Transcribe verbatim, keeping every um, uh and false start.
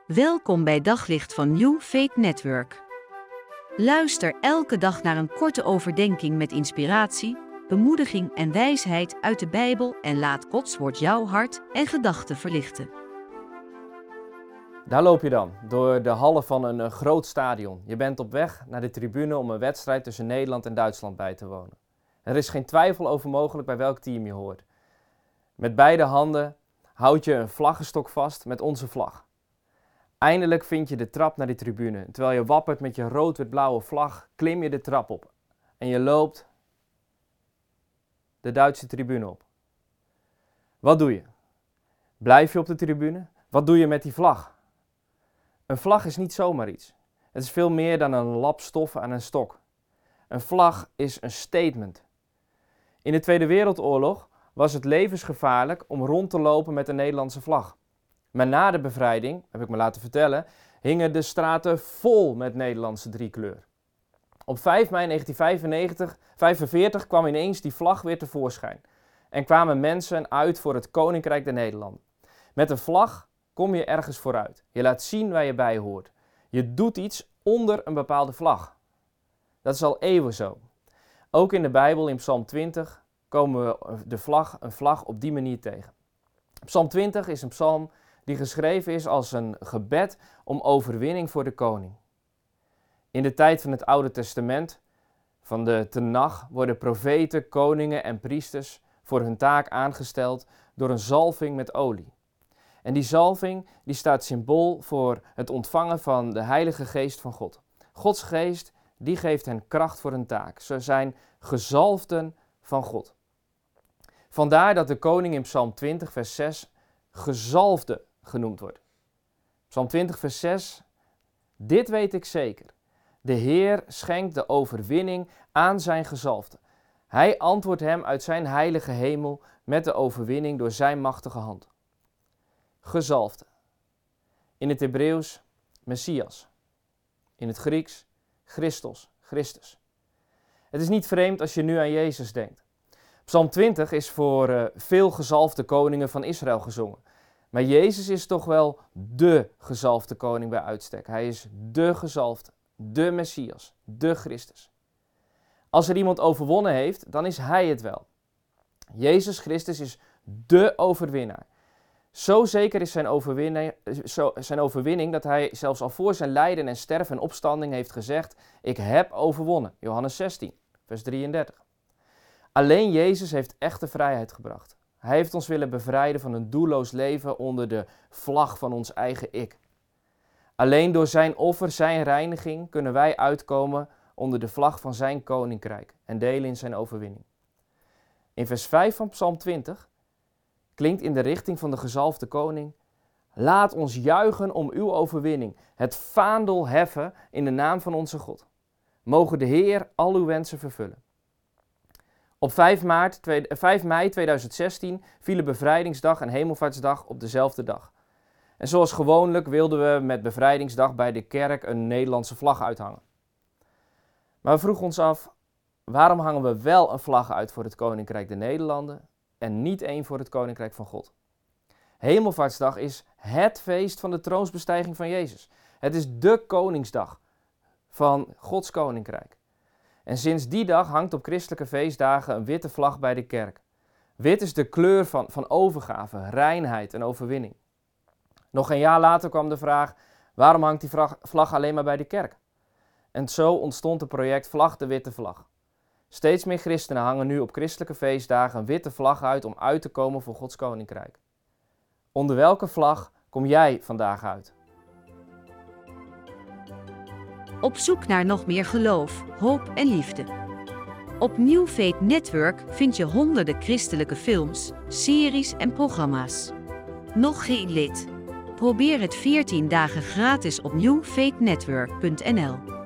Welkom bij Daglicht van New Faith Network. Luister elke dag naar een korte overdenking met inspiratie, bemoediging en wijsheid uit de Bijbel en laat Gods woord jouw hart en gedachten verlichten. Daar loop je dan, door de hallen van een, een groot stadion. Je bent op weg naar de tribune om een wedstrijd tussen Nederland en Duitsland bij te wonen. Er is geen twijfel over mogelijk bij welk team je hoort. Met beide handen houd je een vlaggenstok vast met onze vlag. Eindelijk vind je de trap naar die tribune. Terwijl je wappert met je rood-wit-blauwe vlag, klim je de trap op. En je loopt de Duitse tribune op. Wat doe je? Blijf je op de tribune? Wat doe je met die vlag? Een vlag is niet zomaar iets. Het is veel meer dan een lap stof aan een stok. Een vlag is een statement. In de Tweede Wereldoorlog was het levensgevaarlijk om rond te lopen met een Nederlandse vlag. Maar na de bevrijding, heb ik me laten vertellen, hingen de straten vol met Nederlandse driekleur. Op vijf mei negentien vijfenveertig kwam ineens die vlag weer tevoorschijn. En kwamen mensen uit voor het Koninkrijk der Nederlanden. Met een vlag kom je ergens vooruit. Je laat zien waar je bij hoort. Je doet iets onder een bepaalde vlag. Dat is al eeuwen zo. Ook in de Bijbel, in Psalm twintig, komen we de vlag, een vlag op die manier tegen. Psalm twintig is een psalm die geschreven is als een gebed om overwinning voor de koning. In de tijd van het Oude Testament, van de Tenach, worden profeten, koningen en priesters voor hun taak aangesteld door een zalving met olie. En die zalving die staat symbool voor het ontvangen van de Heilige Geest van God. Gods Geest die geeft hen kracht voor hun taak. Ze zijn gezalfden van God. Vandaar dat de koning in Psalm twintig vers zes gezalfde genoemd wordt. Psalm twintig vers zes. Dit weet ik zeker. De Heer schenkt de overwinning aan zijn gezalfde. Hij antwoordt hem uit zijn heilige hemel met de overwinning door zijn machtige hand. Gezalfde. In het Hebreeuws Messias. In het Grieks Christos, Christus. Het is niet vreemd als je nu aan Jezus denkt. Psalm twintig is voor uh, veel gezalfde koningen van Israël gezongen. Maar Jezus is toch wel dé gezalfde koning bij uitstek. Hij is dé gezalfde, dé Messias, dé Christus. Als er iemand overwonnen heeft, dan is hij het wel. Jezus Christus is dé overwinnaar. Zo zeker is zijn overwinning, zo, zijn overwinning dat hij zelfs al voor zijn lijden en sterven en opstanding heeft gezegd: ik heb overwonnen. Johannes zestien, vers drieëndertig. Alleen Jezus heeft echte vrijheid gebracht. Hij heeft ons willen bevrijden van een doelloos leven onder de vlag van ons eigen ik. Alleen door zijn offer, zijn reiniging, kunnen wij uitkomen onder de vlag van zijn koninkrijk en delen in zijn overwinning. In vers vijf van Psalm twintig klinkt in de richting van de gezalfde koning: laat ons juichen om uw overwinning, het vaandel heffen in de naam van onze God. Mogen de Heer al uw wensen vervullen. Op vijf mei tweeduizend zestien vielen Bevrijdingsdag en Hemelvaartsdag op dezelfde dag. En zoals gewoonlijk wilden we met Bevrijdingsdag bij de kerk een Nederlandse vlag uithangen. Maar we vroegen ons af, waarom hangen we wel een vlag uit voor het Koninkrijk der Nederlanden en niet één voor het Koninkrijk van God? Hemelvaartsdag is het feest van de troonsbestijging van Jezus. Het is de Koningsdag van Gods Koninkrijk. En sinds die dag hangt op christelijke feestdagen een witte vlag bij de kerk. Wit is de kleur van, van overgave, reinheid en overwinning. Nog een jaar later kwam de vraag, waarom hangt die vlag, vlag alleen maar bij de kerk? En zo ontstond het project Vlag de Witte Vlag. Steeds meer christenen hangen nu op christelijke feestdagen een witte vlag uit om uit te komen voor Gods Koninkrijk. Onder welke vlag kom jij vandaag uit? Op zoek naar nog meer geloof, hoop en liefde. Op New Faith Network vind je honderden christelijke films, series en programma's. Nog geen lid? Probeer het veertien dagen gratis op new faith network punt n l.